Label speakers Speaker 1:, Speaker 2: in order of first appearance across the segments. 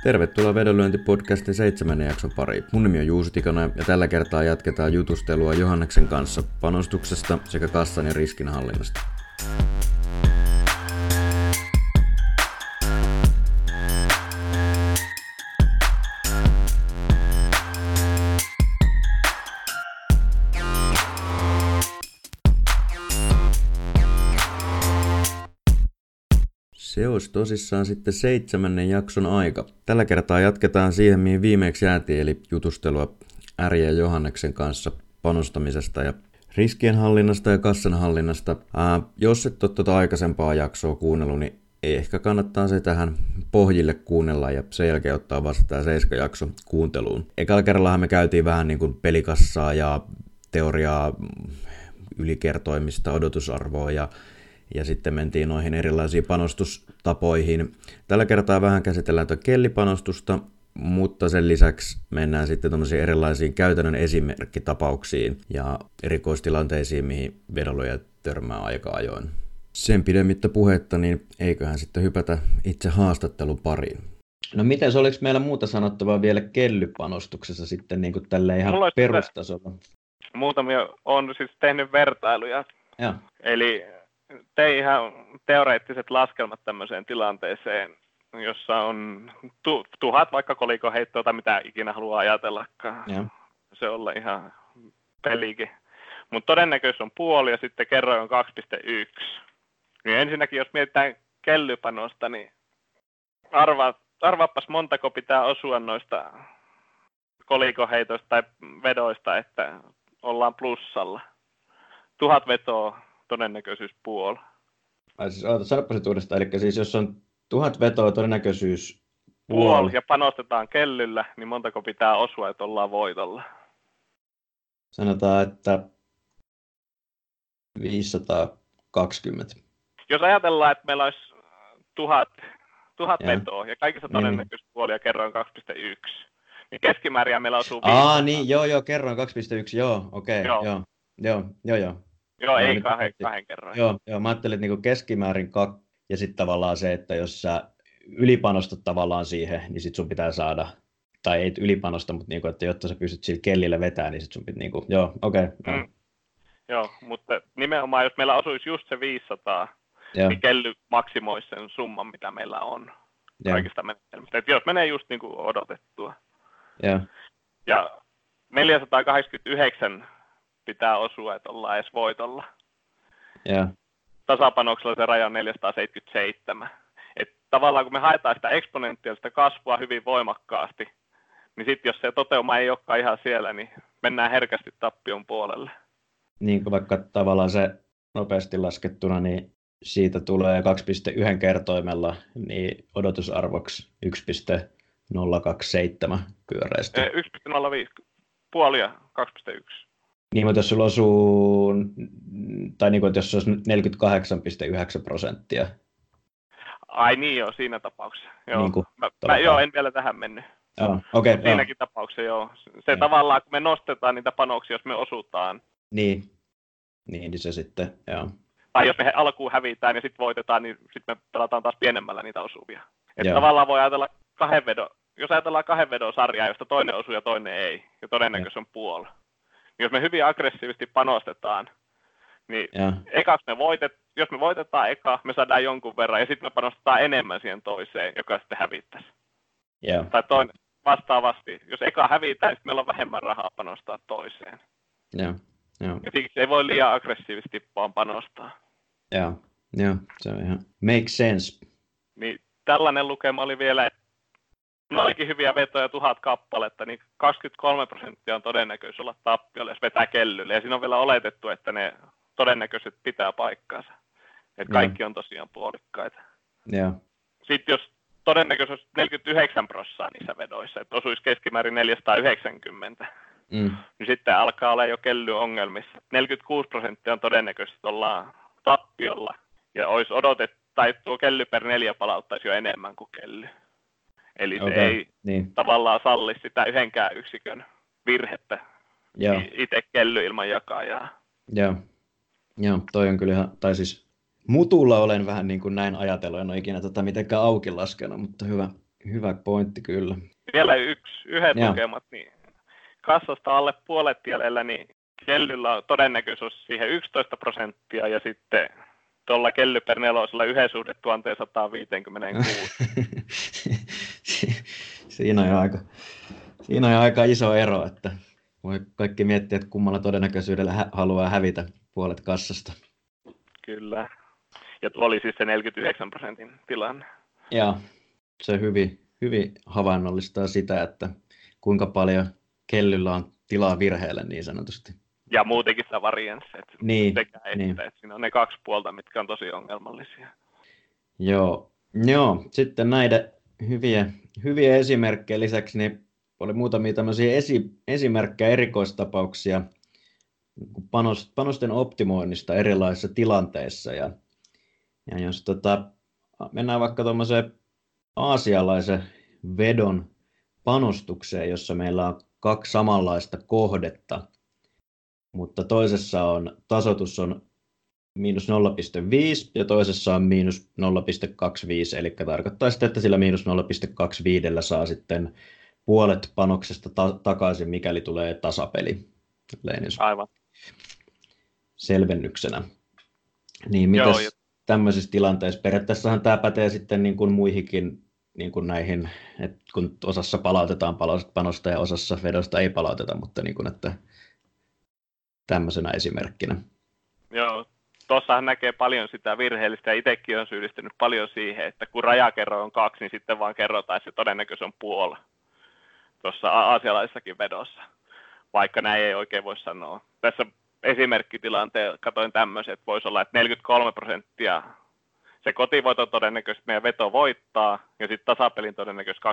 Speaker 1: Tervetuloa Vedonlyönti-podcastin 7. jakson pariin. Mun nimi on Juuso Tikonen ja tällä kertaa jatketaan jutustelua Johanneksen kanssa panostuksesta sekä kassan ja riskinhallinnasta. Se olisi tosissaan sitten 7. jakson aika. Tällä kertaa jatketaan siihen, mihin viimeksi jäätiin, eli jutustelua Äri ja Johanneksen kanssa panostamisesta ja riskienhallinnasta ja kassanhallinnasta. Jos et ole tuota aikaisempaa jaksoa kuunnellut, niin ehkä kannattaa se tähän pohjille kuunnella ja sen jälkeen ottaa vasta tämä 7. jakso kuunteluun. Ekalla kerrallahan me käytiin vähän niin kuin pelikassaa ja teoriaa ylikertoimista, odotusarvoa ja sitten mentiin noihin erilaisiin panostustapoihin. Tällä kertaa vähän käsitellään tuota kellipanostusta, mutta sen lisäksi mennään sitten tuommoisiin erilaisiin käytännön esimerkkitapauksiin ja erikoistilanteisiin, mihin vedonlyöjät törmää aika ajoin. Sen pidemmittä puhetta, niin eiköhän sitten hypätä itse haastattelun pariin.
Speaker 2: No mites, oliko meillä muuta sanottavaa vielä kellypanostuksessa sitten niin kuin tälleen ihan perustasolla?
Speaker 3: Muutamia on siis tehnyt vertailuja.
Speaker 2: Ja.
Speaker 3: Eli tein ihan teoreettiset laskelmat tämmöiseen tilanteeseen, jossa on 1000 vaikka kolikoheittoa tai mitä ikinä haluaa ajatellakaan.
Speaker 2: Ja.
Speaker 3: Se olla ihan pelikin. Mutta todennäköisyys on puoli ja sitten kerroin on 2,1. Niin ensinnäkin jos mietitään kellypanosta, niin arvaappas montako pitää osua noista kolikoheitoista tai vedoista, että ollaan plussalla. 1000 vetoa. Todennäköisyys puoli.
Speaker 2: Sanoppa se uudestaan, eli siis jos on 1000 vetoa, todennäköisyys
Speaker 3: puoli ja panostetaan kellyllä, niin montako pitää osua, että ollaan voitolla?
Speaker 2: Sanotaan, että 520.
Speaker 3: Jos ajatellaan, että meillä olisi 1000 vetoa ja kaikissa todennäköisyys puoli ja kerroin 2,1, niin keskimäärin meillä osuu 500.
Speaker 2: Niin, joo, kerroin 2,1, joo, okei, joo.
Speaker 3: Joo, ei kahden kerran.
Speaker 2: Joo, mä ajattelin, että niinku keskimäärin ja sitten tavallaan se, että jos sä ylipanostat tavallaan siihen, niin sit sun pitää saada, tai ei ylipanosta, mutta niinku, että jotta sä pystyt sillä kellillä vetämään, niin sit sun pitää niinku, joo, okei.
Speaker 3: Joo, mutta nimenomaan jos meillä osuisi just se 500, niin kelly maksimoisi sen summan, mitä meillä on kaikista menetelmistä. Et jos menee just niin kuin odotettua. Ja 489 pitää osua, että ollaan edes voitolla. Tasapanoksella se raja on 477. Et tavallaan kun me haetaan sitä eksponentiaalista kasvua hyvin voimakkaasti, niin sitten jos se toteuma ei olekaan ihan siellä, niin mennään herkästi tappion puolelle.
Speaker 2: Niin kuin vaikka tavallaan se nopeasti laskettuna, niin siitä tulee 2,1 kertoimella niin odotusarvoksi 1,027 pyöreästi.
Speaker 3: 1,05 puoli ja 2,1.
Speaker 2: Niin, mutta jos sulla osuu, tai niin kuin, että jos se olisi 48,9%.
Speaker 3: Ai niin joo, siinä tapauksessa. Joo,
Speaker 2: niin kuin,
Speaker 3: joo en vielä tähän mennyt.
Speaker 2: Okay,
Speaker 3: siinäkin tapauksessa joo. Se tavallaan, kun me nostetaan niitä panoksia, jos me osutaan.
Speaker 2: Niin se sitten, joo.
Speaker 3: Tai jos me alkuun hävitään ja sitten voitetaan, niin sitten me pelataan taas pienemmällä niitä osuvia. Että tavallaan voi ajatella jos ajatellaan 2 vedon sarjaa, josta toinen osuu ja toinen ei, ja todennäköisesti on puoli. Niin jos me hyvin aggressiivisesti panostetaan, niin jos me voitetaan eka, me saadaan jonkun verran, ja sitten me panostetaan enemmän siihen toiseen, joka sitten hävittäisi. Tai toinen vastaavasti, jos eka hävitään, niin meillä on vähemmän rahaa panostaa toiseen. Ja siksi ei voi liian aggressiivisesti vaan panostaa.
Speaker 2: Joo, se on ihan make sense.
Speaker 3: Niin tällainen lukema oli vielä, että olikin hyviä vetoja 1000 kappaletta, niin 23% on todennäköisyys olla tappiolla, jos vetää kellylle. Ja siinä on vielä oletettu, että ne todennäköiset pitää paikkaansa. Että kaikki on tosiaan puolikkaita. Sitten jos todennäköisyys 49% niissä vedoissa, että osuisi keskimäärin 490, niin sitten alkaa olla jo kellyongelmissa. 46% on todennäköisesti, että ollaan tappiolla. Ja olisi odotettu, tai tuo kelly per 4 palauttaisi jo enemmän kuin kelly. Eli se ei tavallaan salli sitä yhdenkään yksikön virhettä itse kelly ilman jakajaa.
Speaker 2: Joo, toi on kyllä ihan, tai siis mutulla olen vähän niin kuin näin ajatellut, en ole ikinä mitenkään auki laskenut, mutta Hyvä pointti kyllä.
Speaker 3: Vielä yhdet
Speaker 2: Joo.
Speaker 3: lukemat, niin kassasta alle puolet jäljellä, niin kellyllä on todennäköisyys siihen 11% ja sitten tuolla kelly per nelosella 1:1156.
Speaker 2: Siinä on jo aika iso ero, että voi kaikki miettiä, että kummalla todennäköisyydellä haluaa hävitä puolet kassasta.
Speaker 3: Kyllä. Ja tuo oli siis se 49% tilanne.
Speaker 2: Ja se hyvin havainnollistaa sitä, että kuinka paljon kellyllä on tilaa virheelle niin sanotusti.
Speaker 3: Ja muutenkin sitä varianssia.
Speaker 2: Niin.
Speaker 3: Että siinä on ne 2 puolta, mitkä on tosi ongelmallisia.
Speaker 2: Joo. Sitten näiden hyviä esimerkkejä lisäksi niin oli muutamia tämmöisiä esimerkkejä erikoistapauksia panosten optimoinnista erilaisissa tilanteissa. Ja jos mennään vaikka tuommoiseen aasialaisen vedon panostukseen, jossa meillä on 2 samanlaista kohdetta, mutta toisessa tasoitus on -0,5 ja toisessa on -0,25, eli tarkoittaa sitä, että sillä -0,25 saa sitten puolet panoksesta takaisin, mikäli tulee tasapeli.
Speaker 3: Aivan.
Speaker 2: Selvennyksenä. Niin mitäs tämmöisissä tilanteissa? Periaatteessahan tämä pätee sitten niin kuin muihinkin niin kuin näihin, että kun osassa palautetaan panosta ja osassa vedosta ei palauteta, mutta niin kuin, että tämmöisenä esimerkkinä.
Speaker 3: Joo, tuossahan näkee paljon sitä virheellistä ja itsekin on syyllistynyt paljon siihen, että kun rajakerro on 2, niin sitten vaan kerrotaan, että se todennäköisesti on puola tuossa aasialaisessakin vedossa, vaikka näin ei oikein voi sanoa. Tässä esimerkkitilanteen katsoin tämmöisen, että voisi olla, että 43% se kotivoiton todennäköisesti meidän veto voittaa, ja sitten tasapelin todennäköisesti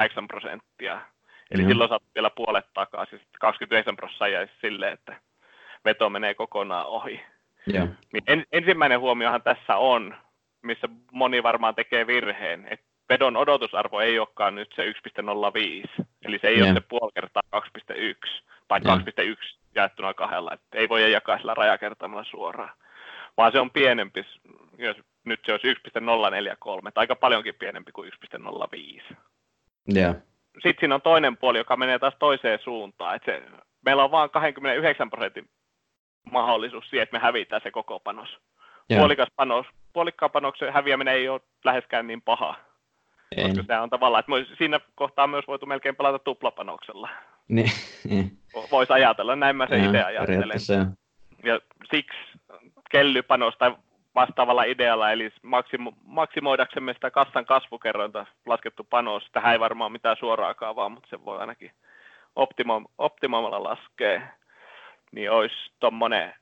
Speaker 3: 28%. Eli silloin saat vielä puolet takaisin, sitten 29% jäisi silleen, että veto menee kokonaan ohi.
Speaker 2: Yeah.
Speaker 3: Ensimmäinen huomiohan tässä on, missä moni varmaan tekee virheen, että vedon odotusarvo ei olekaan nyt se 1,05, eli se ei ole se puoli kertaa 2,1 tai 2,1 jaettuna 2, että ei voi jakaa sillä rajakertaimella suoraan, vaan se on pienempi, jos nyt se olisi 1,043, tai aika paljonkin pienempi kuin 1,05.
Speaker 2: Yeah.
Speaker 3: Sitten siinä on toinen puoli, joka menee taas toiseen suuntaan, että meillä on vain 29% mahdollisuus siihen, että me hävitään se koko panos. Puolikkaan panoksen häviäminen ei ole läheskään niin paha.
Speaker 2: Ei.
Speaker 3: Koska se on tavallaan, että siinä kohtaa myös voitu melkein pelata tuplapanoksella.
Speaker 2: Niin.
Speaker 3: Voisi ajatella, näin mä se itse ajattelen. Ja siksi kellypanos tai vastaavalla idealla, eli maksimoidaksemme sitä kassan kasvukerrointa laskettu panos, tähän ei varmaan mitään suoraa kaavaa, mutta se voi ainakin optimoimalla laskea, niin olisi tuommoinen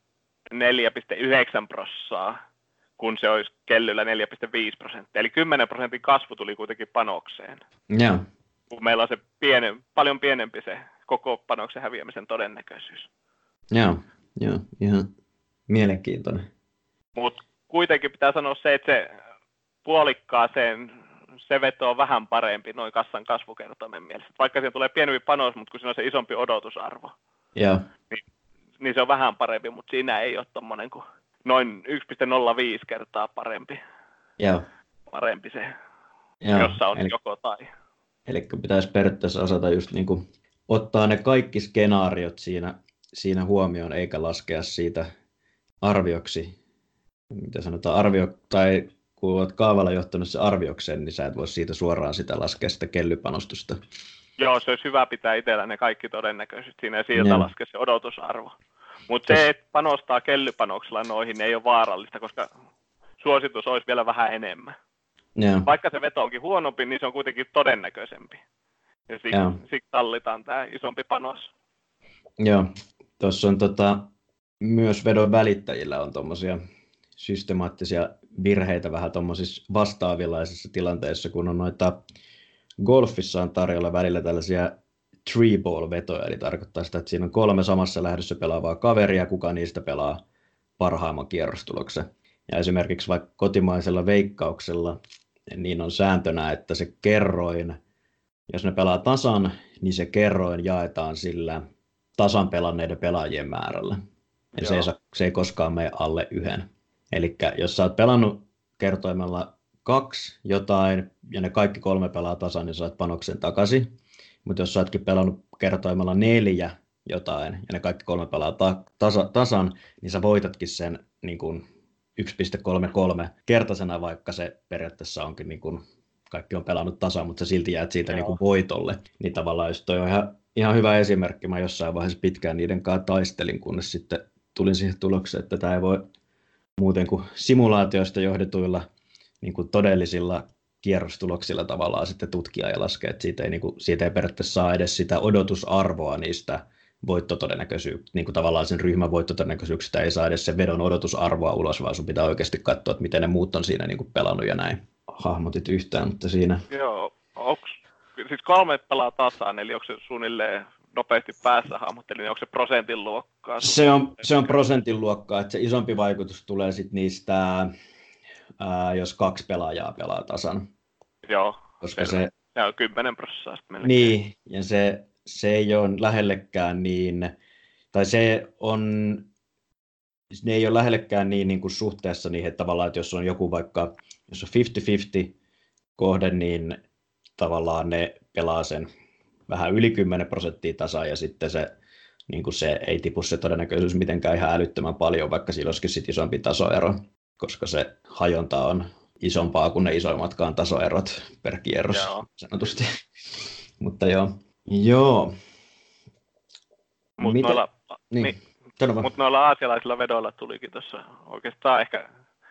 Speaker 3: 4,9%, kun se olisi kellyllä 4,5%. Eli 10% kasvu tuli kuitenkin panokseen.
Speaker 2: Yeah.
Speaker 3: Kun meillä on se paljon pienempi se koko panoksen häviämisen todennäköisyys.
Speaker 2: Joo, ihan mielenkiintoinen.
Speaker 3: Mutta kuitenkin pitää sanoa se, että se puolikkaaseen se veto on vähän parempi noin kassan kasvukertoimen mielessä. Vaikka siihen tulee pienempi panos, mutta kun siinä on se isompi odotusarvo, niin se on vähän parempi, mutta siinä ei ole tommonen kuin noin 1,05 kertaa parempi.
Speaker 2: Joo.
Speaker 3: Parempi se,
Speaker 2: Joo.
Speaker 3: jossa on joko tai.
Speaker 2: Eli pitäisi periaatteessa osata just niin kuin ottaa ne kaikki skenaariot siinä huomioon, eikä laskea siitä arvioksi. Mitä sanotaan, tai kun olet kaavalla johtanut se arviokseen, niin sä et voi siitä suoraan sitä laskea sitä kellypanostusta.
Speaker 3: Joo, se olisi hyvä pitää itsellä ne kaikki todennäköisesti siinä ja sieltä laskea se odotusarvo. Mutta se, että panostaa kellypanoksella noihin, ei ole vaarallista, koska suositus olisi vielä vähän enemmän.
Speaker 2: Ja.
Speaker 3: Vaikka se veto onkin huonompi, niin se on kuitenkin todennäköisempi. Ja siksi tallitaan tämä isompi panos.
Speaker 2: Joo, tuossa on myös vedon välittäjillä on tuommoisia systemaattisia virheitä vähän tuommoisissa vastaavilaisissa tilanteissa, kun on noita golfissa on tarjolla välillä tällaisia three ball vetoja, eli tarkoittaa sitä, että siinä on 3 samassa lähdössä pelaavaa kaveria, kuka niistä pelaa parhaimman kierrostuloksen. Ja esimerkiksi vaikka kotimaisella veikkauksella, niin on sääntönä, että se kerroin, jos ne pelaa tasan, niin se kerroin jaetaan sillä tasan pelanneiden pelaajien määrällä. Ja se ei koskaan mene alle 1. Eli jos sä oot pelannut kertoimella 2 jotain, ja ne kaikki 3 pelaa tasan, niin saat panoksen takaisin. Mutta jos sä ootkin pelannut kertoimella 4 jotain, ja ne kaikki 3 pelaa tasan, niin sä voitatkin sen niin kuin 1,33 kertaisena, vaikka se periaatteessa onkin niin kuin, kaikki on pelannut tasan, mutta sä silti jäät siitä niin kuin voitolle. Niin tavallaan jos toi on ihan hyvä esimerkki, mä jossain vaiheessa pitkään niiden kanssa taistelin, kunnes sitten tulin siihen tulokseen, että tämä ei voi muuten kuin simulaatioista johdetuilla niin kuin todellisilla kierrostuloksilla tavallaan sitten tutkia ja laskea, että siitä ei periaatteessa saa edes sitä odotusarvoa niistä voittotodennäköisyyksistä, niin kuin tavallaan sen ryhmän voittotodennäköisyyksistä ei saa edes sen vedon odotusarvoa ulos, vaan sun pitää oikeasti katsoa, että miten ne muut on siinä niin kuin pelannut ja näin. Hahmotit yhtään, mutta siinä...
Speaker 3: Joo, siis 3 pelaa tasaan, eli onko se suunnilleen nopeasti päässä hahmottelin, niin onko se prosentin luokkaa?
Speaker 2: Se on prosentin luokkaa, että se isompi vaikutus tulee sitten niistä, jos 2 pelaajaa pelaa tasan.
Speaker 3: Joo,
Speaker 2: koska se
Speaker 3: on 10% melkein.
Speaker 2: Niin, ja se ei ole lähellekään niin, tai ne ei ole lähellekään niin kuin suhteessa niihin, että tavallaan, että jos on joku vaikka, jos on 50-50 kohde, niin tavallaan ne pelaa sen vähän yli 10% tasan, ja sitten niin kuin se ei tipu se todennäköisyys mitenkään ihan älyttömän paljon, vaikka sillä olisikin sit isompi tasoero, koska se hajonta on isompaa kuin ne isoimmatkaan tasoerot per kierros, sanotusti. Mutta joo.
Speaker 3: Mutta noilla aasialaisilla vedoilla tulikin tuossa oikeastaan ehkä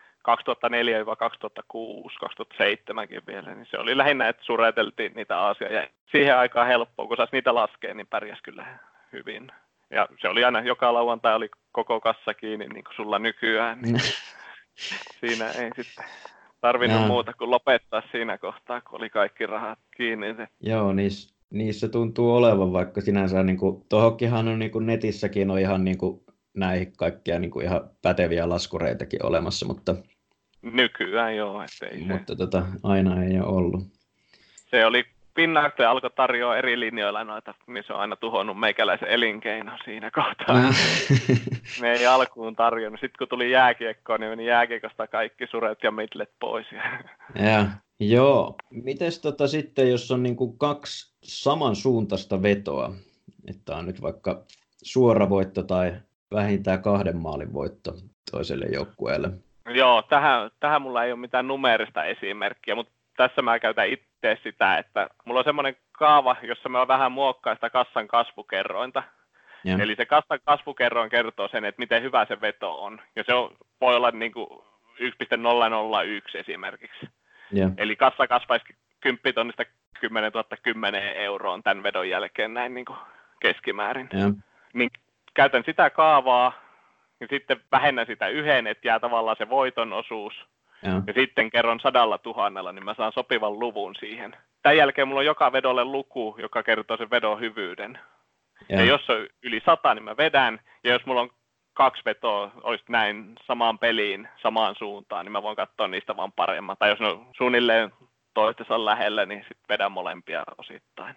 Speaker 3: 2004-2006, 2007kin vielä, niin se oli lähinnä, että sureteltiin niitä Aasia ja siihen aikaan helppoa, kun saisi niitä laskea, niin pärjäsi kyllä hyvin. Ja se oli aina, joka lauantai oli koko kassa kiinni, niin kuin sulla nykyään, niin siinä ei sitten tarvinnut muuta kuin lopettaa siinä kohtaa, kun oli kaikki rahat kiinni.
Speaker 2: Joo, niissä tuntuu olevan, vaikka sinänsä niin tuohonkinhan on niin kuin netissäkin on ihan niin kuin näihin kaikkia niin kuin ihan päteviä laskureitakin olemassa, mutta
Speaker 3: nykyään joo, ettei
Speaker 2: mutta aina ei ole ollut.
Speaker 3: Se oli Pinnacle alkoi tarjoa eri linjoilla noita, niin se on aina tuhonnut meikäläisen elinkeino siinä kohtaa. Ne ei alkuun tarjonnut. Sitten kun tuli jääkiekkoon, niin meni jääkiekosta kaikki suret ja midlet pois.
Speaker 2: Joo. Mites sitten, jos on niinku 2 samansuuntaista vetoa, että on nyt vaikka suora voitto tai vähintään 2 maalin voitto toiselle joukkueelle?
Speaker 3: Joo, tähän mulla ei ole mitään numeerista esimerkkiä, mutta tässä mä käytän itse sitä, että mulla on semmoinen kaava, jossa mä vähän muokkaan sitä kassan kasvukerrointa. Ja. Eli se kassan kasvukerroin kertoo sen, että miten hyvä se veto on. Ja se voi olla niin kuin 1,001 esimerkiksi.
Speaker 2: Ja.
Speaker 3: Eli kassa kasvaisi 10 tonnista 10 000 10 euroon tämän vedon jälkeen näin niin kuin keskimäärin.
Speaker 2: Ja.
Speaker 3: Niin käytän sitä kaavaa ja sitten vähennän sitä yhden, että jää tavallaan se voiton osuus. Ja sitten kerron 100 000, niin mä saan sopivan luvun siihen. Tämän jälkeen mulla on joka vedolle luku, joka kertoo sen vedon hyvyyden. Ja jos on yli 100, niin mä vedän. Ja jos mulla on 2 vetoa, olisi näin samaan peliin, samaan suuntaan, niin mä voin katsoa niistä vaan paremmin. Tai jos ne on suunnilleen toistensa lähellä, niin sitten vedän molempia osittain.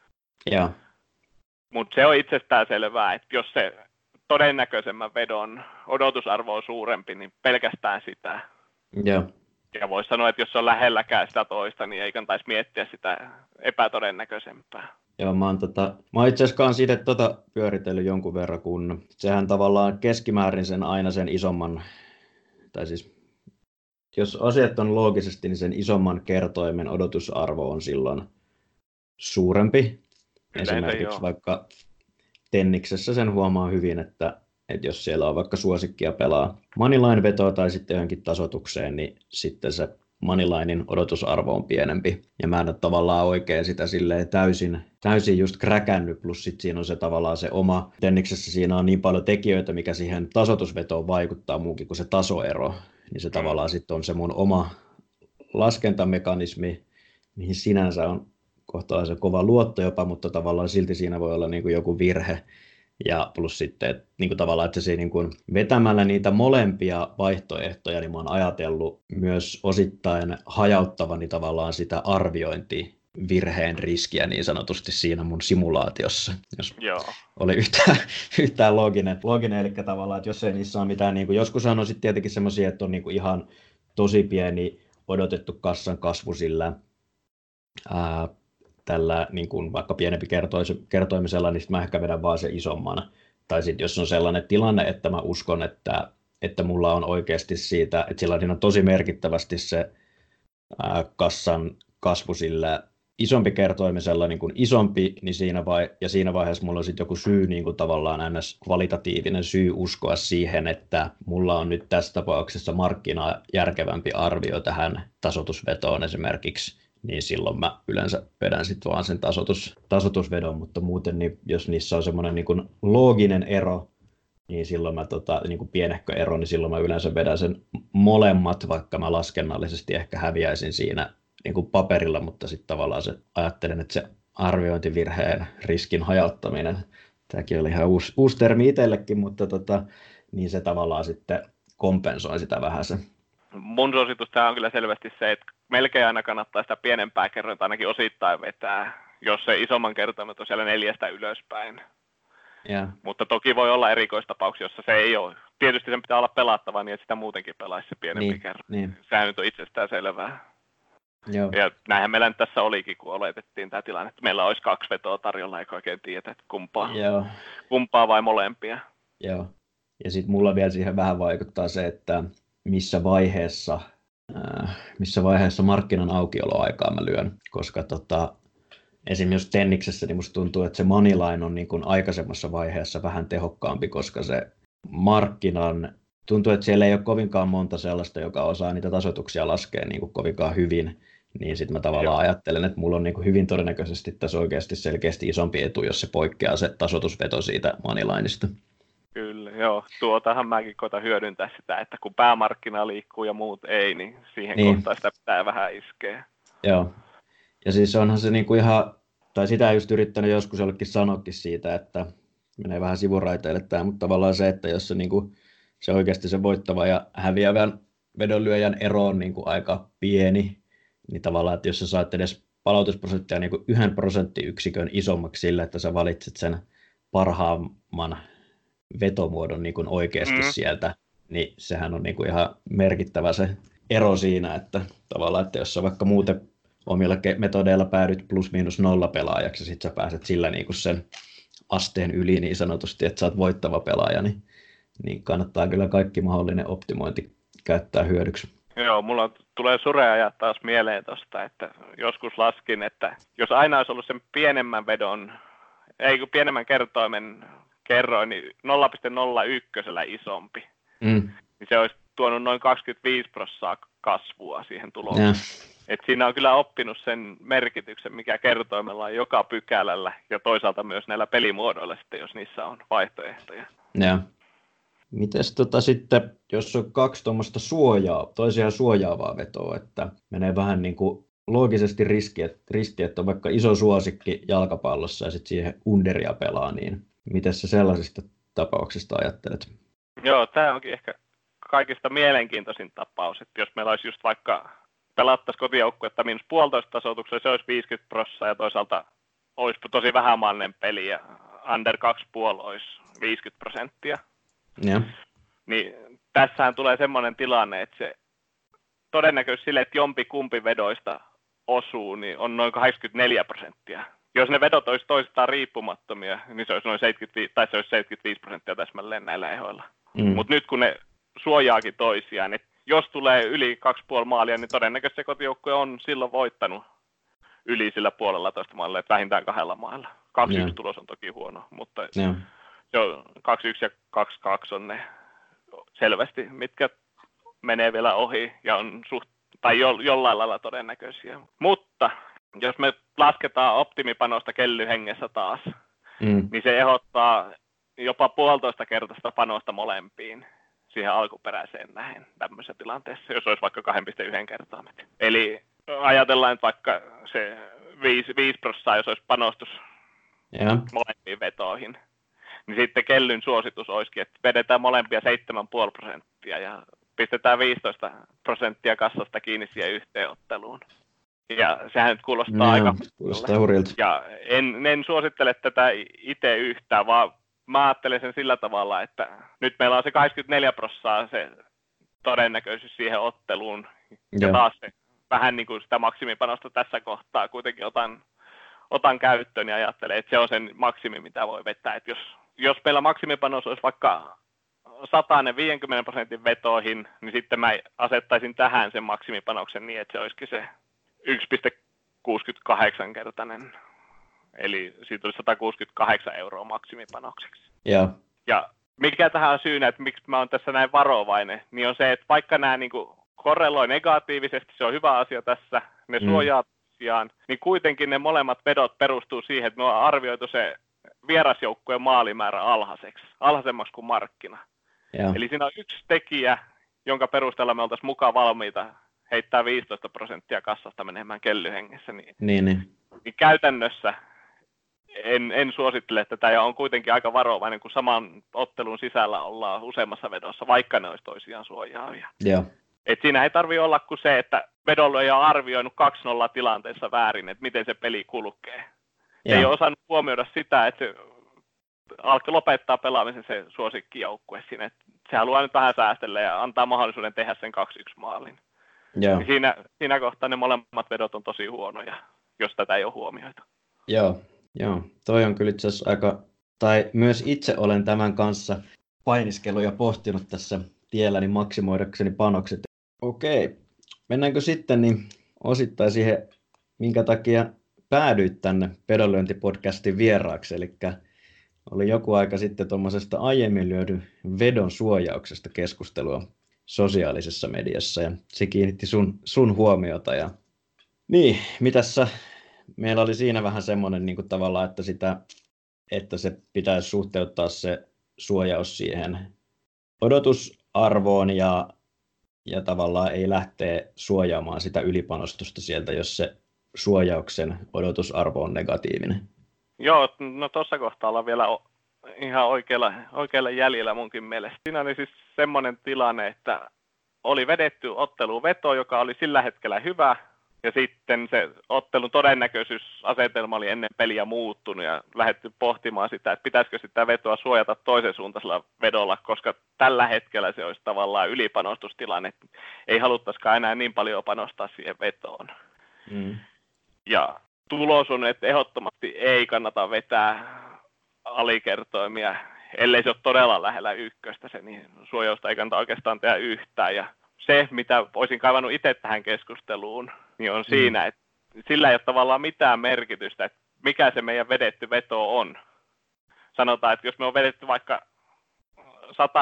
Speaker 3: Mutta se on itsestään selvää, että jos se todennäköisemmän vedon odotusarvo on suurempi, niin pelkästään sitä. Ja voisi sanoa, että jos on lähelläkään sitä toista, niin ei kannattaisi miettiä sitä epätodennäköisempää.
Speaker 2: Joo, mä oon itse asiassa siitä pyöritellyt jonkun verran, kun sehän tavallaan keskimäärin aina sen isomman, tai siis jos asiat on loogisesti, niin sen isomman kertoimen odotusarvo on silloin suurempi. Esimerkiksi vaikka tenniksessä sen huomaa hyvin, että jos siellä on vaikka suosikkia pelaa moneyline-vetoa tai sitten johonkin tasoitukseen, niin sitten se moneylinein odotusarvo on pienempi. Ja mä en ole tavallaan oikein sitä silleen täysin just kräkännyt, plus sitten siinä on se tavallaan se oma, tenniksessä siinä on niin paljon tekijöitä, mikä siihen tasoitusvetoon vaikuttaa muukin kuin se tasoero. Niin se tavallaan sitten on se mun oma laskentamekanismi, mihin sinänsä on kohtalaisen kova luotto jopa, mutta tavallaan silti siinä voi olla niin kuin joku virhe. Ja plus sitten, että niin kuin tavallaan, että se niin kuin vetämällä niitä molempia vaihtoehtoja, niin mä oon ajatellut myös osittain hajauttavani tavallaan sitä arviointivirheen riskiä niin sanotusti siinä mun simulaatiossa, jos oli yhtään looginen, eli tavallaan, että jos ei niissä ole mitään, niin kuin joskus on sitten tietenkin semmoisia, että on niin kuin ihan tosi pieni odotettu kassan kasvu sillä tällä niin kuin vaikka pienempi kertoimisella, niin mä ehkä vedän vaan se isommana. Tai sitten jos on sellainen tilanne, että mä uskon, että mulla on oikeasti siitä, että sillä on tosi merkittävästi se kassan kasvu sillä isompi kertoimisella niin kuin isompi, niin siinä vaiheessa mulla on sitten joku syy niin kuin tavallaan kvalitatiivinen syy uskoa siihen, että mulla on nyt tässä tapauksessa markkinajärkevämpi arvio tähän tasoitusvetoon esimerkiksi, niin silloin mä yleensä vedän sitten vaan sen tasoitusvedon, mutta muuten niin jos niissä on semmoinen niin kuin looginen ero, niin silloin mä niin kuin pienehkö ero, niin silloin mä yleensä vedän sen molemmat, vaikka mä laskennallisesti ehkä häviäisin siinä niin kuin paperilla, mutta sitten tavallaan ajattelen, että se arviointivirheen riskin hajauttaminen, tämäkin oli ihan uusi termi itsellekin, mutta niin se tavallaan sitten kompensoi sitä vähän se.
Speaker 3: Mun suositus on kyllä selvästi se, että melkein aina kannattaa sitä pienempää kerrointa ainakin osittain vetää, jos se isomman kertoimet on siellä 4 ylöspäin.
Speaker 2: Yeah.
Speaker 3: Mutta toki voi olla erikoistapauksia, jossa se ei ole. Tietysti sen pitää olla pelattava niin, että sitä muutenkin pelaisi se pienempi kerroin.
Speaker 2: Niin.
Speaker 3: Sehän nyt on itsestään selvää.
Speaker 2: Joo.
Speaker 3: Ja näinhän meillä nyt tässä olikin, kun oletettiin tämä tilanne, että meillä olisi 2 vetoa tarjolla, eikä oikein tiedä, että kumpaa vai molempia.
Speaker 2: Joo. Ja sitten mulla vielä siihen vähän vaikuttaa se, että missä vaiheessa markkinan aukioloaikaa mä lyön, koska esimerkiksi Tenniksessä niin musta tuntuu, että se moneyline on niin kuin aikaisemmassa vaiheessa vähän tehokkaampi, koska se markkinan tuntuu, että siellä ei ole kovinkaan monta sellaista, joka osaa niitä tasoituksia laskea niin kuin kovinkaan hyvin, niin sitten mä tavallaan ajattelen, että mulla on niin kuin hyvin todennäköisesti tässä oikeasti selkeästi isompi etu, jos se poikkeaa se tasoitusveto siitä moneylineista.
Speaker 3: Kyllä, joo. Tuotahan mäkin koitan hyödyntää sitä, että kun päämarkkina liikkuu ja muut ei, niin siihen kohtaan sitä pitää vähän iskeä.
Speaker 2: Joo. Ja siis onhan se niinku ihan, tai sitä just yrittänyt joskus jollekin sanoakin siitä, että menee vähän sivuraiteille tämä, mutta tavallaan se, että jos se, niinku, se oikeasti se voittava ja häviävän vedonlyöjän ero on niinku aika pieni, niin tavallaan, että jos sä saat edes palautusprosenttia niinku 1 prosenttiyksikön isommaksi sillä, että sä valitset sen parhaamman vetomuodon niinku oikeasti sieltä, niin sehän on niinku ihan merkittävä se ero siinä, että tavallaan, että jos sä vaikka muuten omilla metodeilla päädyt +/- pelaajaksi, ja sitten sä pääset sillä niinku sen asteen yli niin sanotusti, että sä oot voittava pelaaja, niin kannattaa kyllä kaikki mahdollinen optimointi käyttää hyödyksi.
Speaker 3: Joo, mulla tulee surea taas mieleen tuosta, että joskus laskin, että jos aina olisi ollut sen pienemmän pienemmän kertoimen kerroin, niin 0,01 isompi, niin se olisi tuonut noin 25% kasvua siihen tulokseen. Et siinä on kyllä oppinut sen merkityksen, mikä kertoimella on joka pykälällä ja toisaalta myös näillä pelimuodoilla sitten, jos niissä on vaihtoehtoja.
Speaker 2: Ja. Mites sitten, jos on 2 tuommoista toisiaan suojaavaa vetoa, että menee vähän niin kuin loogisesti riski, että on vaikka iso suosikki jalkapallossa ja sitten siihen underia pelaa, niin miten sä sellaisista tapauksista ajattelet?
Speaker 3: Joo, tämä onkin ehkä kaikista mielenkiintoisin tapaus, että jos meillä olisi just vaikka pelattaisiin kotijoukkuetta -1,5 tasoituksella, se olisi 50% ja toisaalta olisi tosi vähämainen peli ja under 2,5 olisi 50%.
Speaker 2: Ja.
Speaker 3: Niin tässähän tulee semmoinen tilanne, että se todennäköisesti sille, että jompikumpi vedoista osuu, niin on noin 84%. Jos ne vedot olisi toistaan riippumattomia, niin se olisi noin 75% täsmälleen näillä ehoilla. Mutta nyt kun ne suojaakin toisiaan, niin jos tulee yli 2,5 maalia, niin todennäköisesti se kotijoukkue on silloin voittanut yli sillä 1,5 maalilla, että vähintään 2 mailla. 2-1 tulos on toki huono, mutta jo 2-1 ja 2-2 on ne selvästi, mitkä menee vielä ohi ja on jollain lailla todennäköisiä. Mutta jos me lasketaan optimipanosta kellyhengessä taas, niin se ehdottaa jopa 1,5-kertaista panosta molempiin siihen alkuperäiseen nähen tämmöisessä tilanteessa, jos olisi vaikka 2,1 kertaimet. Eli ajatellaan, että vaikka se 5%, jos olisi panostus molempiin vetoihin, niin sitten kellyn suositus olisikin, että vedetään molempia 7,5% ja pistetään 15% kassasta kiinni siihen yhteenotteluun. Ja sehän nyt kuulostaa aika
Speaker 2: hurjalta.
Speaker 3: Ja en suosittele tätä itse yhtään, vaan mä ajattelen sen sillä tavalla, että nyt meillä on se 24% se todennäköisyys siihen otteluun, Ja
Speaker 2: Joo.
Speaker 3: taas se, vähän niin kuin sitä maksimipanosta tässä kohtaa kuitenkin otan käyttöön ja ajattelen, että se on sen maksimi, mitä voi vetää. Että jos meillä maksimipanos olisi vaikka 150% vetoihin, niin sitten mä asettaisin tähän sen maksimipanoksen niin, että se olisikin se 1,68-kertainen. Eli siitä olisi 168 € maksimipanokseksi.
Speaker 2: Joo.
Speaker 3: Ja mikä tähän on syynä, että miksi mä oon tässä näin varovainen, niin on se, että vaikka nämä niin kuin korreloi negatiivisesti, se on hyvä asia tässä, ne suojaa tosiaan, niin kuitenkin ne molemmat vedot perustuu siihen, että me on arvioitu se vierasjoukkueen maalimäärä alhaisemmaksi kuin markkina.
Speaker 2: Joo.
Speaker 3: Eli siinä on yksi tekijä, jonka perusteella me oltaisiin mukaan valmiita heittää 15% kassasta menemään kellyhengessä. Niin käytännössä en suosittele tätä ja on kuitenkin aika varovainen, kun saman ottelun sisällä ollaan useammassa vedossa, vaikka ne olisi toisiaan suojaavia.
Speaker 2: Joo.
Speaker 3: Et siinä ei tarvitse olla kuin se, että vedolla ei ole arvioinut 2-0 tilanteessa väärin, että miten se peli kulkee. Ei ole osannut huomioida sitä, että se alkoi lopettaa pelaamisen se suosikkijoukkue siinä. Että se haluaa nyt vähän säästellä ja antaa mahdollisuuden tehdä sen 2-1 maalin.
Speaker 2: Joo.
Speaker 3: Siinä kohtaa ne molemmat vedot on tosi huonoja, jos tätä ei ole huomioitu.
Speaker 2: Joo. Toi on kyllä itse asiassa aika, tai myös itse olen tämän kanssa painiskellut ja pohtinut tässä tielläni maksimoidakseni panokset. Okei, mennäänkö sitten niin osittain siihen, minkä takia päädyit tänne Vedonlyöntipodcastin vieraaksi, eli oli joku aika sitten tuommoisesta aiemmin lyödyn vedon suojauksesta keskustelua sosiaalisessa mediassa, ja se kiinnitti sun huomiota. Ja niin, mitäs meillä oli siinä vähän semmoinen niin kuin tavallaan, että se pitäisi suhteuttaa se suojaus siihen odotusarvoon ja tavallaan ei lähtee suojaamaan sitä ylipanostusta sieltä, jos se suojauksen odotusarvo on negatiivinen.
Speaker 3: Joo, no tuossa kohtaa ollaan vielä ihan oikealla jäljellä munkin mielestä. Siinä oli siis semmoinen tilanne, että oli vedetty otteluun veto, joka oli sillä hetkellä hyvä, ja sitten se ottelun todennäköisyysasetelma oli ennen peliä muuttunut ja lähdetty pohtimaan sitä, että pitäisikö sitä vetoa suojata toisen suuntaisella vedolla, koska tällä hetkellä se olisi tavallaan ylipanostustilanne. Ei haluttaisikaan enää niin paljon panostaa siihen vetoon. Ja tulos on, että ehdottomasti ei kannata vetää alikertoimia, ellei se ole todella lähellä ykköstä, niin suojausta ei kannata oikeastaan tehdä yhtään. Ja se, mitä olisin kaivannut itse tähän keskusteluun, niin on siinä, että sillä ei ole tavallaan mitään merkitystä, että mikä se meidän vedetty veto on. Sanotaan, että jos me on vedetty vaikka 100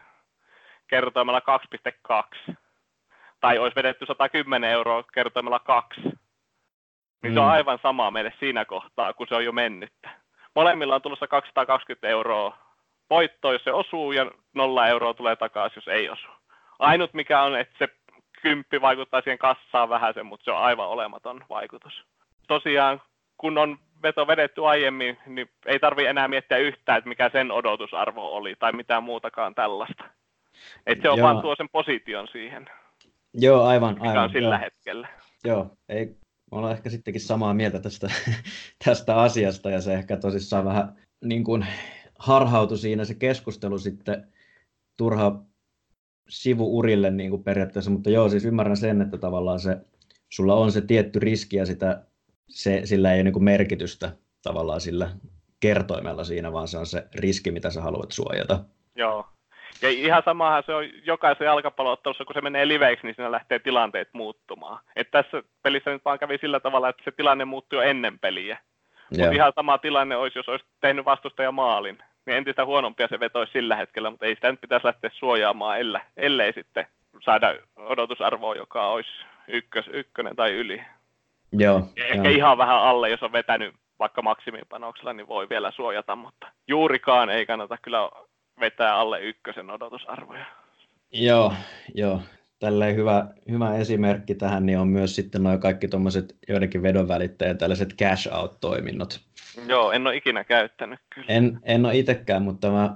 Speaker 3: kertoimella 2,2, tai olisi vedetty 110 € kertoimella 2, niin se on aivan sama meille siinä kohtaa, kun se on jo mennyttä. Molemmilla on tulossa 220 € voittoa, jos se osuu, ja 0 € tulee takaisin, jos ei osu. Ainut mikä on, että se 10 vaikuttaa siihen kassaan vähäsen, mutta se on aivan olematon vaikutus. Tosiaan, kun on veto vedetty aiemmin, niin ei tarvitse enää miettiä yhtään, että mikä sen odotusarvo oli, tai mitään muutakaan tällaista. Että se on vaan tuo sen position siihen.
Speaker 2: Joo, aivan.
Speaker 3: Mikä on sillä hetkellä.
Speaker 2: Joo, ei, ollaan ehkä sittenkin samaa mieltä tästä asiasta, ja se ehkä tosissaan vähän niin kuin harhautui siinä se keskustelu sitten turha sivuurille niin kuin periaatteessa, mutta joo, siis ymmärrän sen, että tavallaan sulla on se tietty riski ja sillä ei ole niin kuin merkitystä tavallaan sillä kertoimella siinä, vaan se on se riski, mitä sä haluat suojata.
Speaker 3: Joo. Ja ihan samahan se on jokaisen jalkapalloottelussa, kun se menee liveiksi, niin siinä lähtee tilanteet muuttumaan. Että tässä pelissä nyt vaan kävi sillä tavalla, että se tilanne muuttui jo ennen peliä. Mutta ihan sama tilanne olisi, jos olisi tehnyt vastustaja maalin. Niin entistä huonompia se vetoisi sillä hetkellä, mutta ei sitä nyt pitäisi lähteä suojaamaan, ellei sitten saada odotusarvoa, joka olisi ykkönen tai yli.
Speaker 2: Joo.
Speaker 3: Ehkä ihan vähän alle, jos on vetänyt vaikka maksimipanoksella, niin voi vielä suojata, mutta juurikaan ei kannata kyllä vetää alle ykkösen odotusarvoja.
Speaker 2: Joo. Tälleen hyvä esimerkki tähän niin on myös sitten nuo kaikki tuommoiset joidenkin vedonvälittäjien tällaiset cash out-toiminnot.
Speaker 3: Joo, en ole ikinä käyttänyt kyllä.
Speaker 2: En ole itsekään, mutta mä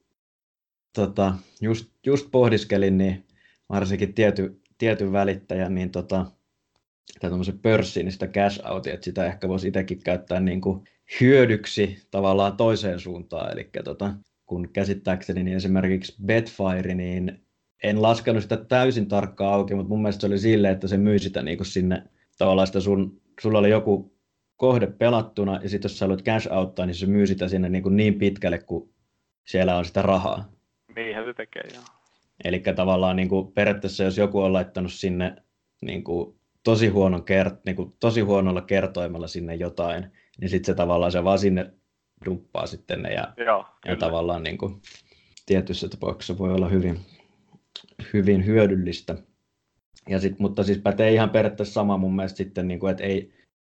Speaker 2: just pohdiskelin, niin varsinkin tietyn välittäjän niin tai tuommoisen pörssiin, niin sitä cash outia, että sitä ehkä voisi itsekin käyttää niin kuin hyödyksi tavallaan toiseen suuntaan. Eli kun käsittääkseni niin esimerkiksi Betfire, niin en laskenut sitä täysin tarkkaan auki, mutta mun mielestä se oli silleen, että se myi sitä niin kuin sinne tavallaan sitä sulla oli joku kohde pelattuna, ja sitten jos sä haluat cash outtaa, niin se myy sitä sinne niin pitkälle, kun siellä on sitä rahaa.
Speaker 3: Niinhän se tekee, joo.
Speaker 2: Eli tavallaan niin kuin periaatteessa, jos joku on laittanut sinne niin kuin tosi huonolla kertoimella sinne jotain, niin sitten se tavallaan se vaan sinne dumppaa sitten ne, ja tavallaan niin kuin, tietyissä tapauksissa voi olla hyvin hyödyllistä. Mutta siis pätee ihan periaatteessa sama mun mielestä sitten, niin kuin, että ei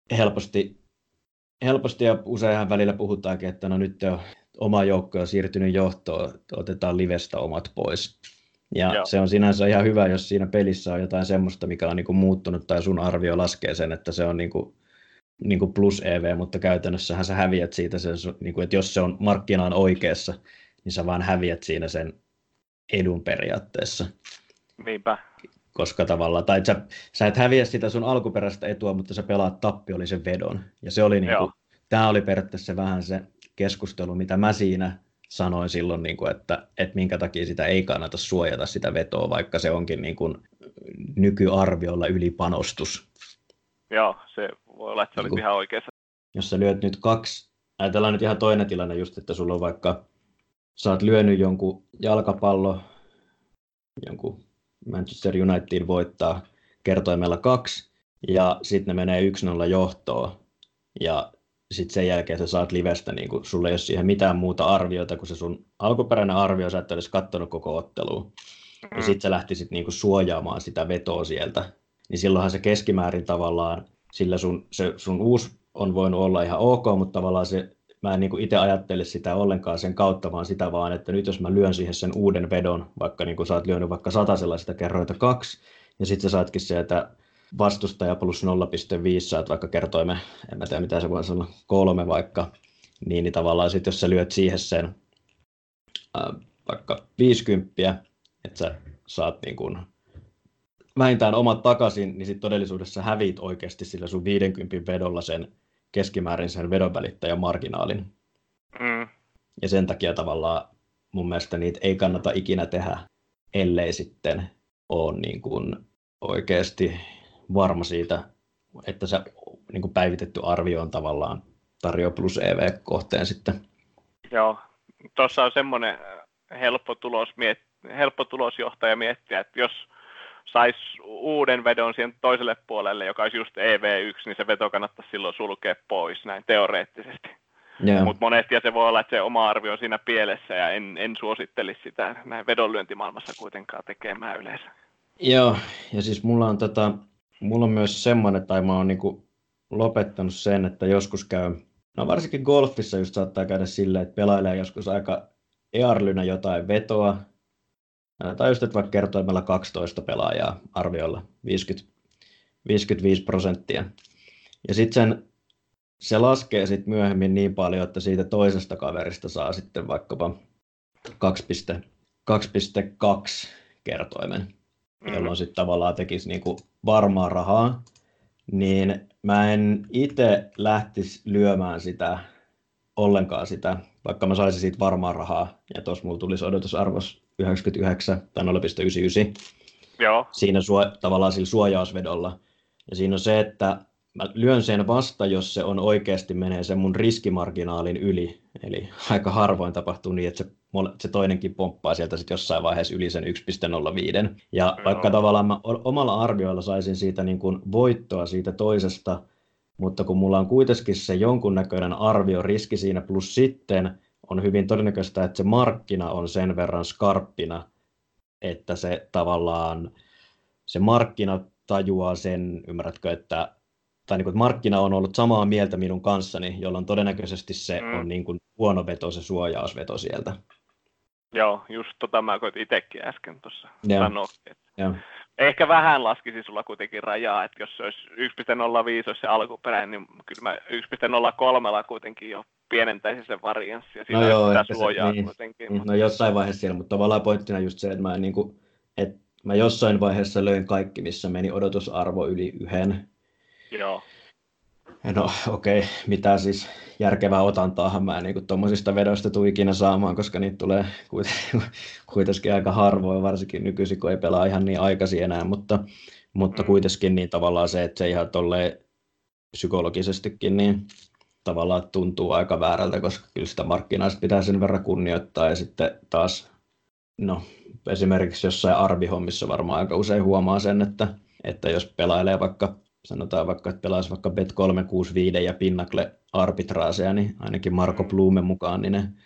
Speaker 2: helposti ja useinhan välillä puhutaankin, että no nyt on oma joukko on siirtynyt johtoon, otetaan livestä omat pois. Ja se on sinänsä ihan hyvä, jos siinä pelissä on jotain semmoista, mikä on niin kuin muuttunut tai sun arvio laskee sen, että se on niin kuin plus EV, mutta käytännössähän sä häviät siitä, niin kuin, että jos se on markkinaan oikeassa, niin sä vaan häviät siinä sen edun periaatteessa.
Speaker 3: Niinpä.
Speaker 2: Koska tavallaan, tai sä et häviä sitä sun alkuperäistä etua, mutta sä pelaat tappiollisen vedon. Ja se oli tämä oli periaatteessa vähän se keskustelu, mitä mä siinä sanoin silloin, niin kuin, että minkä takia sitä ei kannata suojata sitä vetoa, vaikka se onkin niin kuin nykyarviolla ylipanostus.
Speaker 3: Joo, se voi olla, että sä olit ihan oikeassa.
Speaker 2: Jos sä lyöt nyt 2, ajatellaan nyt ihan toinen tilanne just, että sulla on vaikka, sä oot lyönyt jonkun jalkapallo, jonkun Manchester United voittaa kertoimella 2, ja sitten ne menee 1-0 johtoon, ja sitten sen jälkeen sä saat livestä, niin kun sulla ei ole siihen mitään muuta arviota, kuin se sun alkuperäinen arvio, sä et olisi katsonut koko ottelua, ja sitten sä lähtisit niin kun suojaamaan sitä vetoa sieltä, niin silloinhan se keskimäärin tavallaan, sillä sun uusi on voinut olla ihan ok, mutta tavallaan mä en niin itse ajattele sitä ollenkaan sen kautta, vaan sitä vaan, että nyt jos mä lyön siihen sen uuden vedon, vaikka niin kuin sä oot lyönyt vaikka 100 sitä kerroita 2, ja sitten sä saatkin sieltä vastustaja plus 0,5, saat vaikka kertoimme, en mä tiedä mitä se voisi olla, 3 vaikka, niin tavallaan sitten jos sä lyöt siihen sen vaikka 50, että sä saat niin kuin vähintään omat takaisin, niin sitten todellisuudessa häviit oikeasti sillä sun 50 vedolla sen keskimäärin sen vedonvälittäjän marginaalin. Ja sen takia tavallaan mun mielestä niitä ei kannata ikinä tehdä, ellei sitten ole niin kuin oikeasti varma siitä, että se niin kuin päivitetty arvio on tavallaan tarjoaa plus EV-kohteen sitten.
Speaker 3: Joo, tuossa on semmoinen helppo tulosjohtaja miettiä, että jos saisi uuden vedon siihen toiselle puolelle, joka olisi just EV1, niin se veto kannattaisi silloin sulkea pois, näin teoreettisesti. Mutta monesti se voi olla, että se oma arvio on siinä pielessä, ja en suosittelisi sitä näin vedonlyöntimaailmassa kuitenkaan tekemään yleensä.
Speaker 2: Joo, ja siis mulla on myös semmoinen, tai mä oon niinku lopettanut sen, että joskus käy, no varsinkin golfissa just saattaa käydä silleen, että pelailee joskus aika earlynä jotain vetoa, tai just, että vaikka kertoimella 12 pelaajaa arviolla, 55%. Ja sitten se laskee sitten myöhemmin niin paljon, että siitä toisesta kaverista saa sitten vaikkapa 2,2 kertoimen, jolloin sitten tavallaan tekisi niinku varmaa rahaa. Niin mä en itse lähtisi lyömään sitä ollenkaan sitä, vaikka mä saisin siitä varmaa rahaa, ja tuossa mulla tulisi odotusarvos 99 tai 0,99.
Speaker 3: Joo.
Speaker 2: Siinä tavallaan sillä suojausvedolla. Ja siinä on se, että mä lyön sen vasta, jos se on oikeasti menee sen mun riskimarginaalin yli. Eli aika harvoin tapahtuu niin, että se toinenkin pomppaa sieltä sitten jossain vaiheessa yli sen 1,05. Ja vaikka tavallaan mä omalla arvioilla saisin siitä niin kuin voittoa siitä toisesta, mutta kun mulla on kuitenkin se jonkunnäköinen arvioriski siinä, plus sitten on hyvin todennäköistä, että se markkina on sen verran skarppina, että se tavallaan se markkina tajuaa sen, ymmärrätkö, että markkina on ollut samaa mieltä minun kanssani, jolloin todennäköisesti se on niin kuin huono veto, se suojausveto sieltä.
Speaker 3: Joo, just mä koitin itsekin äsken tuossa sanoa. Ehkä vähän laskisi sulla kuitenkin rajaa, että jos se olisi 1,05 olisi se alkuperäinen, niin kyllä mä 1,03 kuitenkin jo pienentäisin sen varianssia. Siinä pitää suojaa kuitenkin.
Speaker 2: No jossain vaiheessa siellä, mutta tavallaan pointtina just se, että mä jossain vaiheessa löin kaikki, missä meni odotusarvo yli 1.
Speaker 3: Joo.
Speaker 2: No okei, mitä siis järkevää otantaahan mä niin tuommoisista vedoista tule ikinä saamaan, koska niitä tulee kuitenkin aika harvoin, varsinkin nykyisin, kun ei pelaa ihan niin aikaisin enää, mutta kuitenkin niin tavallaan se, että se ihan tolleen psykologisestikin niin tavallaan tuntuu aika väärältä, koska kyllä sitä markkinaa pitää sen verran kunnioittaa ja sitten taas, no esimerkiksi jossain arbihommissa varmaan aika usein huomaa sen, että jos pelailee sanotaan vaikka, että pelaisi vaikka Bet365 ja Pinnacle arbitraaseja, niin ainakin Marko Blumen mukaan, niin ne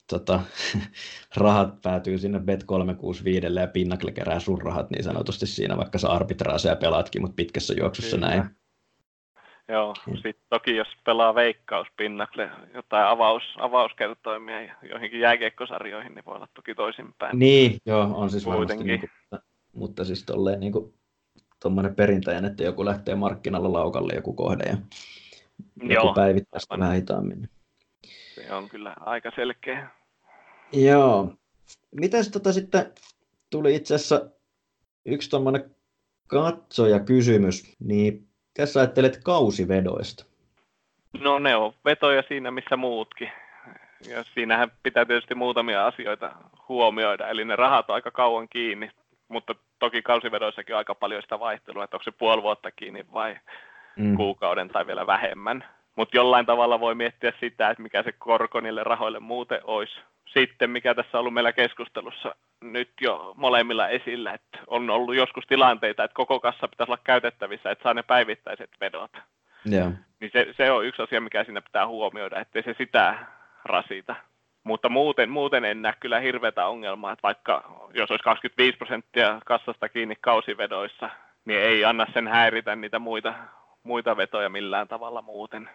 Speaker 2: rahat päätyy sinne Bet365 ja Pinnacle kerää sun rahat niin sanotusti siinä, vaikka sä arbitraaseja pelaatkin, mutta pitkässä juoksussa
Speaker 3: Kyllä.
Speaker 2: näin.
Speaker 3: Joo, sitten toki jos pelaa Veikkaus Pinnacle, jotain avauskertoimia joihinkin jääkiekkosarjoihin, niin voi olla toki toisinpäin.
Speaker 2: Niin, joo, on siis varmasti, mutta siis tolleen tuommoinen perinteinen, että joku lähtee markkinalla laukalle joku kohde ja joku päivittää sitä vähän hitaammin.
Speaker 3: Se on kyllä aika selkeä.
Speaker 2: Joo. Mitäs sitten tuli itse asiassa yksi tuommoinen katsojakysymys, niin tässä ajattelet kausivedoista?
Speaker 3: No ne on vetoja siinä missä muutkin. Ja siinähän pitää tietysti muutamia asioita huomioida, eli ne rahat on aika kauan kiinni, mutta toki kausivedoissakin on aika paljon sitä vaihtelua, että onko se puoli vuotta kiinni vai kuukauden tai vielä vähemmän. Mutta jollain tavalla voi miettiä sitä, että mikä se korko niille rahoille muuten olisi. Sitten mikä tässä on ollut meillä keskustelussa nyt jo molemmilla esillä, että on ollut joskus tilanteita, että koko kassa pitäisi olla käytettävissä, että saa ne päivittäiset vedot.
Speaker 2: Yeah.
Speaker 3: Niin se on yksi asia, mikä siinä pitää huomioida, ettei se sitä rasita. Mutta muuten en näe kyllä hirveätä ongelmaa, että vaikka jos olisi 25% kassasta kiinni kausivedoissa, niin ei anna sen häiritä niitä muita vetoja millään tavalla muuten.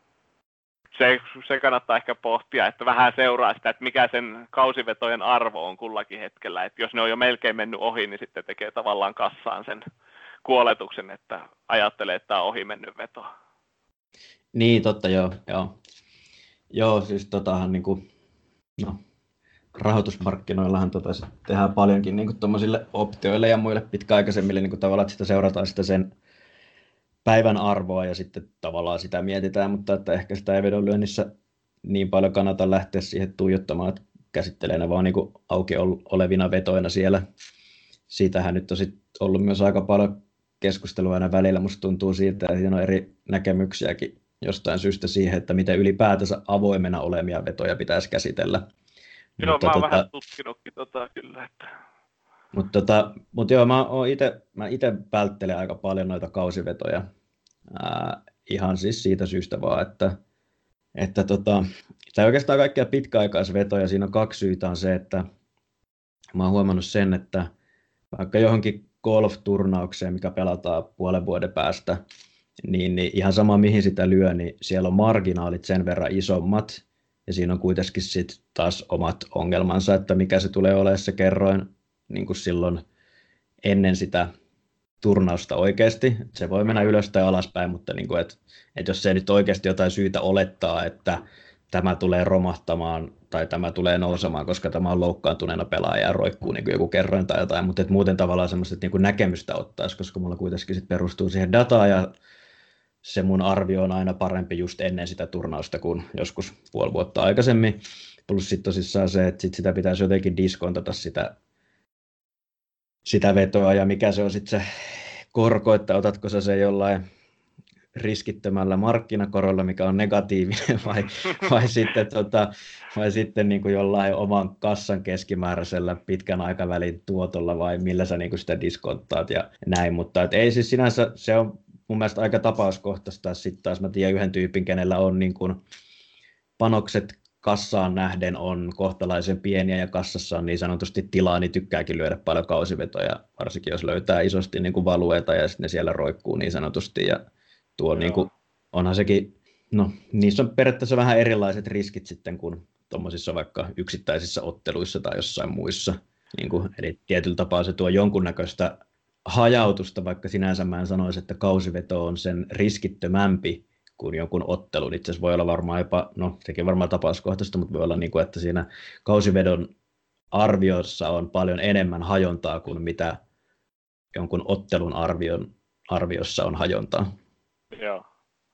Speaker 3: Se kannattaa ehkä pohtia, että vähän seuraa sitä, että mikä sen kausivetojen arvo on kullakin hetkellä. Että jos ne on jo melkein mennyt ohi, niin sitten tekee tavallaan kassaan sen kuoletuksen, että ajattelee, että tämä on ohi mennyt veto.
Speaker 2: Niin, totta, joo. Joo, siis niin kuin, rahoitusmarkkinoillahan tehdään paljonkin niin tuommoisille optioille ja muille pitkäaikaisemmille niin tavallaan, että sitä seurataan sitä sen päivän arvoa ja sitten tavallaan sitä mietitään, mutta että ehkä sitä ei vedonlyönnissä niin paljon kannata lähteä siihen tuijottamaan, että käsittelee ne vaan niin kuin auki olevina vetoina siellä. Siitähän nyt on ollut myös aika paljon keskustelua aina välillä. Musta tuntuu siitä, että siinä on eri näkemyksiäkin jostain syystä siihen, että miten ylipäätänsä avoimena olemia vetoja pitäisi käsitellä.
Speaker 3: Joo, mä oon vähän tutkinutkin kyllä. Että...
Speaker 2: Mutta joo, mä itse välttelen aika paljon noita kausivetoja. Ihan siis siitä syystä vaan, tai oikeastaan kaikkia pitkäaikaisvetoja, siinä on kaksi syytä. On se, että mä oon huomannut sen, että vaikka johonkin golf-turnaukseen, mikä pelataan puolen vuoden päästä, niin ihan sama mihin sitä lyö, niin siellä on marginaalit sen verran isommat, ja siinä on kuitenkin sitten taas omat ongelmansa, että mikä se tulee olemaan se kerroin niin kuin silloin ennen sitä turnausta oikeasti. Se voi mennä ylös tai alaspäin, mutta niin kuin, että jos se nyt oikeasti jotain syytä olettaa, että tämä tulee romahtamaan tai tämä tulee nousemaan, koska tämä on loukkaantuneena pelaaja ja roikkuu niin kuin joku kerroin tai jotain, mutta muuten tavallaan semmoista niin kuin näkemystä ottaisi, koska mulla kuitenkin sit perustuu siihen dataan ja se mun arvio on aina parempi just ennen sitä turnausta kuin joskus puoli vuotta aikaisemmin. Plus sitten tosissaan se, että sitä pitäisi jotenkin diskontata sitä vetoa ja mikä se on sitten se korko, että otatko sä se jollain riskittömällä markkinakorolla, mikä on negatiivinen, vai sitten niin kuin jollain oman kassan keskimääräisellä pitkän aikavälin tuotolla, vai millä sä niin kuin sitä diskonttaat ja näin, mutta ei siis sinänsä, se on mun mielestä aika tapauskohtaista, sitten taas mä tiedän yhden tyypin, kenellä on niin kuin panokset kassaan nähden on kohtalaisen pieniä ja kassassa on niin sanotusti tilaa, niin tykkääkin lyödä paljon kausivetoja, varsinkin jos löytää isosti niin kuin valueita ja sitten ne siellä roikkuu niin sanotusti ja tuo niin kuin, onhan sekin, no niissä on periaatteessa vähän erilaiset riskit sitten kuin tuommoisissa vaikka yksittäisissä otteluissa tai jossain muissa, niin kuin, eli tietyllä tapaa se tuo jonkunnäköistä hajautusta, vaikka sinänsä mä en sanoisi, että kausiveto on sen riskittömämpi kuin jonkun ottelun. Itse asiassa voi olla varmaan jopa, no sekin varmaan tapauskohtaista, mutta voi olla niin kuin, että siinä kausivedon arviossa on paljon enemmän hajontaa kuin mitä jonkun ottelun arviossa on hajontaa.
Speaker 3: Joo.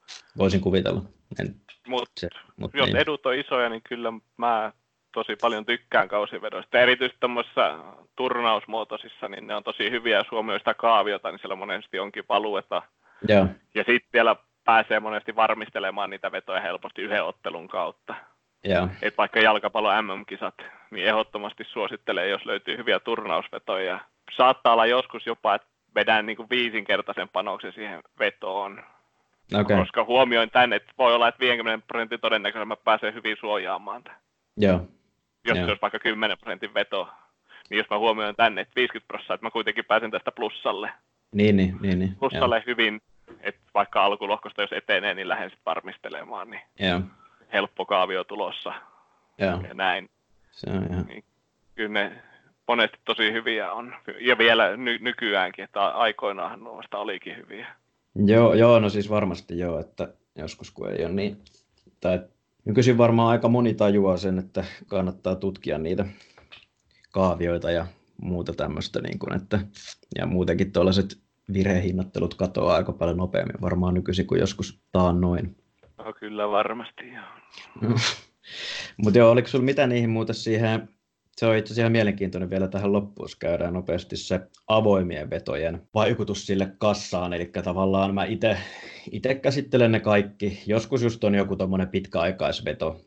Speaker 2: Voisin kuvitella.
Speaker 3: Mutta jos
Speaker 2: niin.
Speaker 3: edut on isoja, niin kyllä mä tosi paljon tykkään kausivedoista. Erityisesti tuommoisissa turnausmuotoisissa, niin ne on tosi hyviä. Suomi on sitä kaaviota, niin siellä monesti onkin valueta.
Speaker 2: Joo.
Speaker 3: Ja sitten vielä pääsee monesti varmistelemaan niitä vetoja helposti yhden ottelun kautta.
Speaker 2: Joo.
Speaker 3: Et vaikka jalkapallon MM-kisat, niin ehdottomasti suosittelee, jos löytyy hyviä turnausvetoja. Saattaa olla joskus jopa, että vedän niin kuin 5-kertaisen panoksen siihen vetoon.
Speaker 2: Okay.
Speaker 3: Koska huomioin tämän, että voi olla, että 50% todennäköisesti mä pääsen hyvin suojaamaan tämän.
Speaker 2: Joo.
Speaker 3: Jos se olisi vaikka 10% veto, niin jos mä huomioin tänne, että 50%, että mä kuitenkin pääsen tästä plussalle.
Speaker 2: Niin.
Speaker 3: Plussalle hyvin, että vaikka alkulohkosta jos etenee, niin lähden sitten varmistelemaan, niin helppo kaavio tulossa.
Speaker 2: Joo.
Speaker 3: Ja näin.
Speaker 2: Se on ihan.
Speaker 3: Niin, kyllä ne monesti tosi hyviä on. Ja vielä nykyäänkin, että aikoinaan nuosta olikin hyviä.
Speaker 2: Joo, no siis varmasti joo, että joskus kun ei ole niin. Tai nykyisin varmaan aika moni tajuaa sen, että kannattaa tutkia niitä kaavioita ja muuta tämmöistä, niin kuin, että, ja muutenkin tuollaiset virhehinnattelut katoaa aika paljon nopeammin varmaan nykyisin kuin joskus taannoin.
Speaker 3: No kyllä varmasti joo.
Speaker 2: Mutta joo, oliko sulla mitä niihin muuta siihen, se on itse asiassa ihan mielenkiintoinen vielä tähän loppuun, jos käydään nopeasti se avoimien vetojen vaikutus sille kassaan, eli tavallaan mä itse käsittelen ne kaikki, joskus just on joku tommonen pitkäaikaisveto,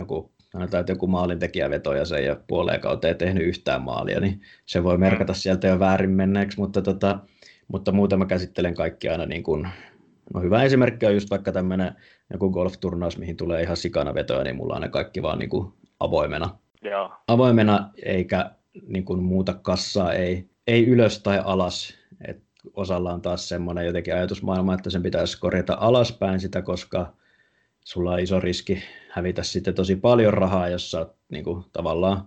Speaker 2: joku maalintekijäveto ja se ei ole puoleen kauteen tehnyt yhtään maalia, niin se voi merkata sieltä jo väärin menneeksi, mutta muuten mä käsittelen kaikki aina niin kuin, no hyvä esimerkki on just vaikka tämmöinen joku golf-turnaus, mihin tulee ihan sikana vetoja, niin mulla on ne kaikki vaan niin kuin avoimena.
Speaker 3: Joo.
Speaker 2: Avoimena eikä niin kuin muuta kassaa, ei ylös tai alas. Et osalla on taas semmoinen jotenkin ajatusmaailma, että sen pitäisi korjata alaspäin sitä, koska sulla on iso riski hävitä sitten tosi paljon rahaa, jos sä oot niin kuin, tavallaan,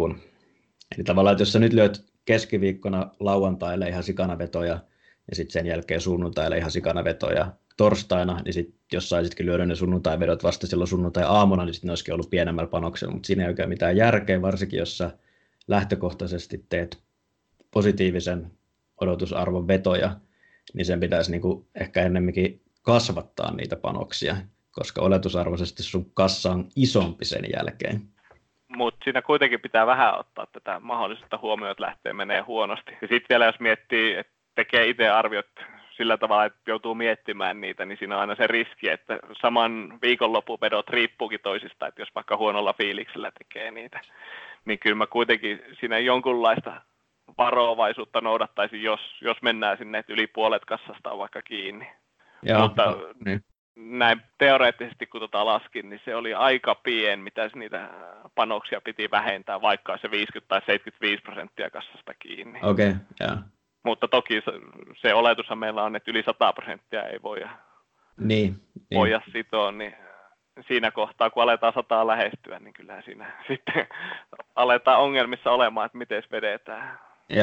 Speaker 2: että jos sä nyt lyöt keskiviikkona lauantaille ihan sikana vetoja ja sitten sen jälkeen sunnuntaille ihan sikana vetoja torstaina, niin sit, jos saisitkin lyödä ne sunnuntaivedot vasta silloin sunnuntai-aamuna, niin sitten ne olisikin ollut pienemmällä panoksella, mutta siinä ei oikein mitään järkeä, varsinkin jos sä lähtökohtaisesti teet positiivisen odotusarvon vetoja, niin sen pitäisi niinku ehkä ennemminkin kasvattaa niitä panoksia, koska oletusarvoisesti sun kassa on isompi sen jälkeen.
Speaker 3: Mutta siinä kuitenkin pitää vähän ottaa tätä mahdollisuutta huomioon, että lähtee menee huonosti. Ja sitten vielä jos miettii, että tekee itse arviot sillä tavalla, että joutuu miettimään niitä, niin siinä on aina se riski, että saman viikonlopun vedot riippuukin toisista, että jos vaikka huonolla fiiliksellä tekee niitä, niin kyllä mä kuitenkin siinä jonkunlaista varovaisuutta noudattaisin, jos mennään sinne, että yli puolet kassasta on vaikka kiinni. Mutta näin teoreettisesti kun laskin, niin se oli aika pien, mitä niitä panoksia piti vähentää, vaikka se 50 tai 75% kassasta kiinni.
Speaker 2: Okei, joo.
Speaker 3: Mutta toki se oletushan meillä on, että yli 100% ei voida sitoa, niin siinä kohtaa, kun aletaan 100 lähestyä, niin kyllä siinä sitten aletaan ongelmissa olemaan, että miten vedetään.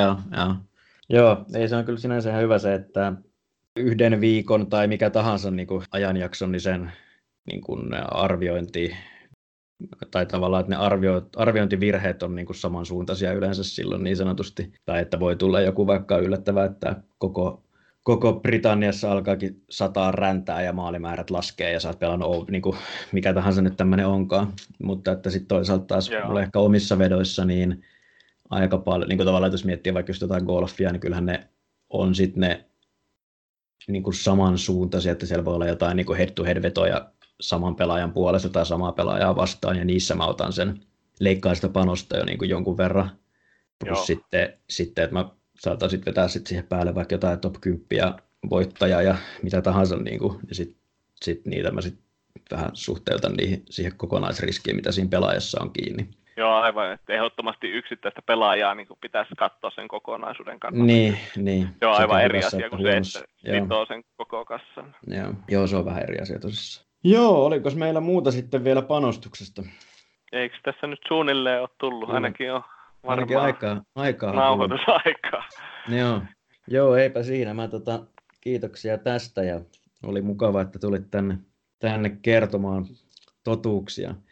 Speaker 2: Joo, ei se on kyllä sinänsä ihan hyvä se, että yhden viikon tai mikä tahansa niin kuin ajanjakson, niin sen niin kuin arviointi, tai tavallaan, että ne arviointivirheet on niin kuin samansuuntaisia yleensä silloin niin sanotusti, tai että voi tulla joku vaikka yllättävää, että koko Britanniassa alkaakin sataa räntää ja maalimäärät laskee ja sä oot pelannut niin kuin mikä tahansa nyt tämmöinen onkaan, mutta että sitten toisaalta taas mulle ehkä omissa vedoissa niin aika paljon, niin kuin tavallaan, että jos miettii vaikka just jotain golfia, niin kyllähän ne on sitten ne niin kuin samansuuntaisia, että siellä voi olla jotain niin kuin head-to-head-vetoja saman pelaajan puolesta tai samaa pelaajaa vastaan, ja niissä mä otan sen, leikkaan sitä panosta jo niin kuin jonkun verran. Plus sitten, että mä saatan sitten vetää sit siihen päälle vaikka jotain top 10 voittajaa ja mitä tahansa, niin kuin, ja sit niitä mä sitten vähän suhteutan siihen kokonaisriskiin, mitä siinä pelaajassa on kiinni.
Speaker 3: Joo, aivan. Että ehdottomasti yksittäistä pelaajaa niin pitäisi katsoa sen kokonaisuuden kannalta.
Speaker 2: Niin.
Speaker 3: Se on aivan eri asia kuin se, että sitoo sen koko kassan.
Speaker 2: Joo, se on vähän eri asia tosissaan. Joo, oliko meillä muuta sitten vielä panostuksesta?
Speaker 3: Eikö tässä nyt suunnilleen ole tullut? Ainakin on
Speaker 2: varmaan aikaa
Speaker 3: nauhoitusaikaa.
Speaker 2: Joo, eipä siinä. Kiitoksia tästä ja oli mukava, että tulit tänne kertomaan totuuksia.